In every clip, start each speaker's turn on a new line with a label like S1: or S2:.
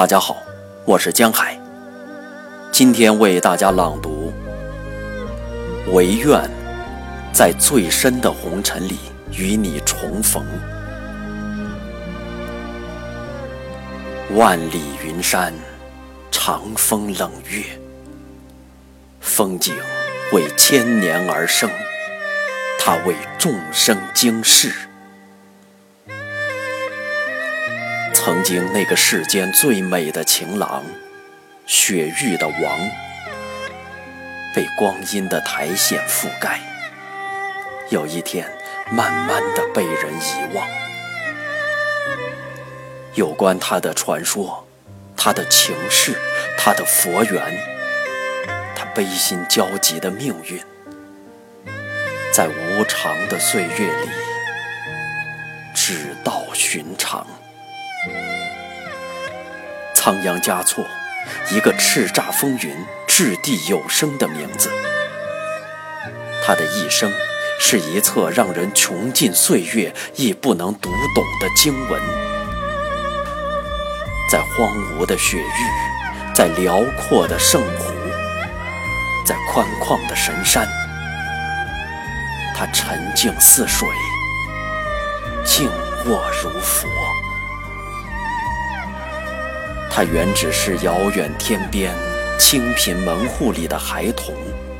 S1: 大家好，我是江海，今天为大家朗读《唯愿在最深的红尘里与你重逢》。万里云山，长风冷月，风景为千年而生，它为众生经世。曾经那个世间最美的情郎，雪域的王，被光阴的苔藓覆盖，有一天慢慢地被人遗忘。有关他的传说，他的情事，他的佛缘，他悲心交集的命运，在无常的岁月里只道寻常。仓央嘉措，一个叱咤风云、掷地有声的名字。他的一生是一册让人穷尽岁月亦不能读懂的经文。在荒芜的雪域，在辽阔的圣湖，在宽旷的神山，他沉静似水，静卧如佛。他原只是遥远天边清贫门户里的孩童，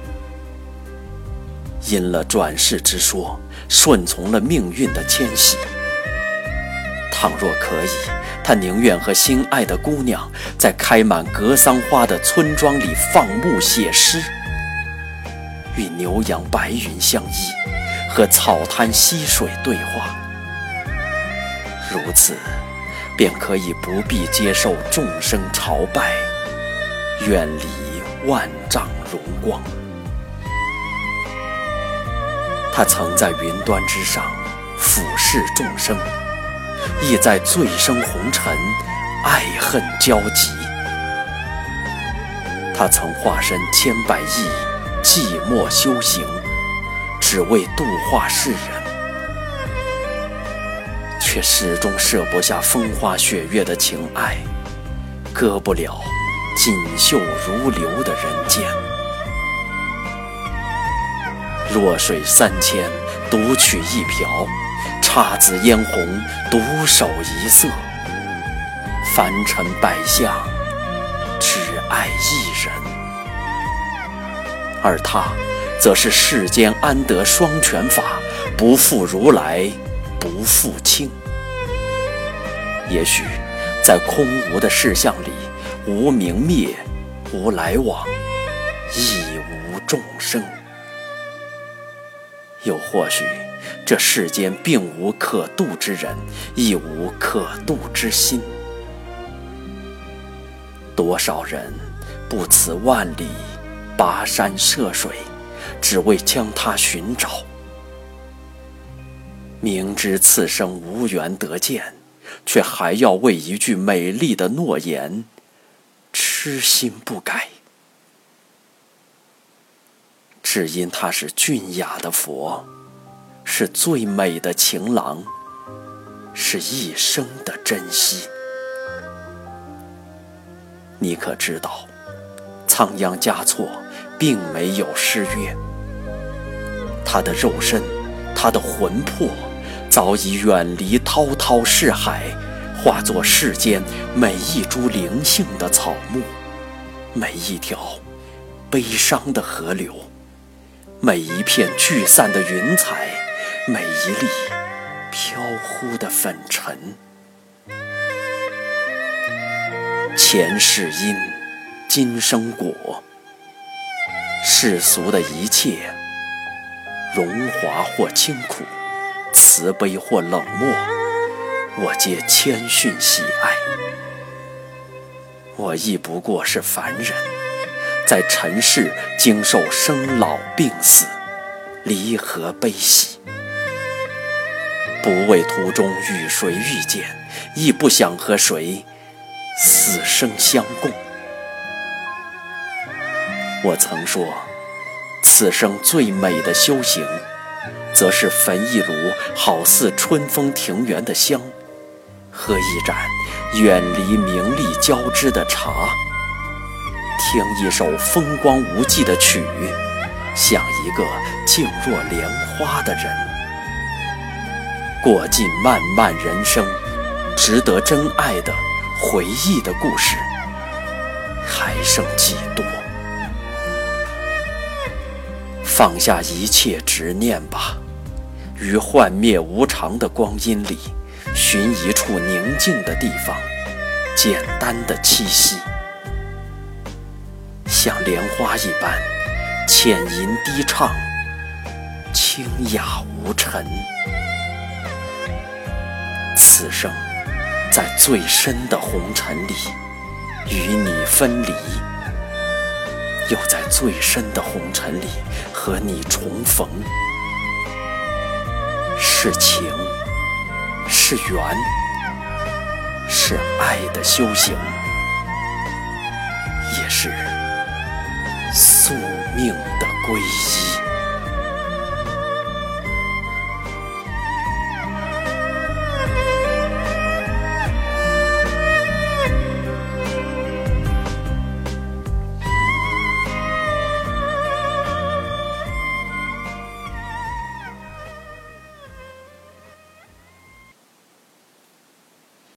S1: 因了转世之说，顺从了命运的迁徙。倘若可以，他宁愿和心爱的姑娘在开满格桑花的村庄里放牧写诗，与牛羊白云相依，和草滩溪水对话。如此便可以不必接受众生朝拜，远离万丈荣光。他曾在云端之上俯视众生，亦在醉生红尘，爱恨交集。他曾化身千百亿，寂寞修行，只为度化世人，却始终舍不下风花雪月的情爱，割不了锦绣如流的人间。弱水三千，独取一瓢，姹紫嫣红，独守一色。凡尘百相，只爱一人。而他则是世间安得双全法，不负如来，不负卿。也许在空无的事项里，无明灭，无来往，亦无众生。又或许这世间并无可度之人，亦无可度之心。多少人不辞万里，跋山涉水，只为将他寻找。明知此生无缘得见，却还要为一句美丽的诺言痴心不改。只因他是俊雅的佛，是最美的情郎，是一生的珍惜。你可知道，仓央嘉措并没有失约，他的肉身，他的魂魄早已远离滔滔世海，化作世间每一株灵性的草木，每一条悲伤的河流，每一片聚散的云彩，每一粒飘忽的粉尘。前世因，今生果，世俗的一切，荣华或清苦，慈悲或冷漠，我皆谦逊喜爱。我亦不过是凡人，在尘世经受生老病死，离合悲喜，不为途中与谁遇见，亦不想和谁死生相共。我曾说，此生最美的修行，则是焚一炉好似春风庭园的香， 喝一盏远离名利交织的茶，听一首风光无际的曲，像一个静若莲花的人，过尽漫漫人生，值得真爱的回忆的故事还剩几多？放下一切执念吧，于幻灭无常的光阴里，寻一处宁静的地方，简单的栖息，像莲花一般浅吟低唱，清雅无尘。此生在最深的红尘里与你分离，又在最深的红尘里和你重逢。是情，是缘，是爱的修行，也是宿命的皈依。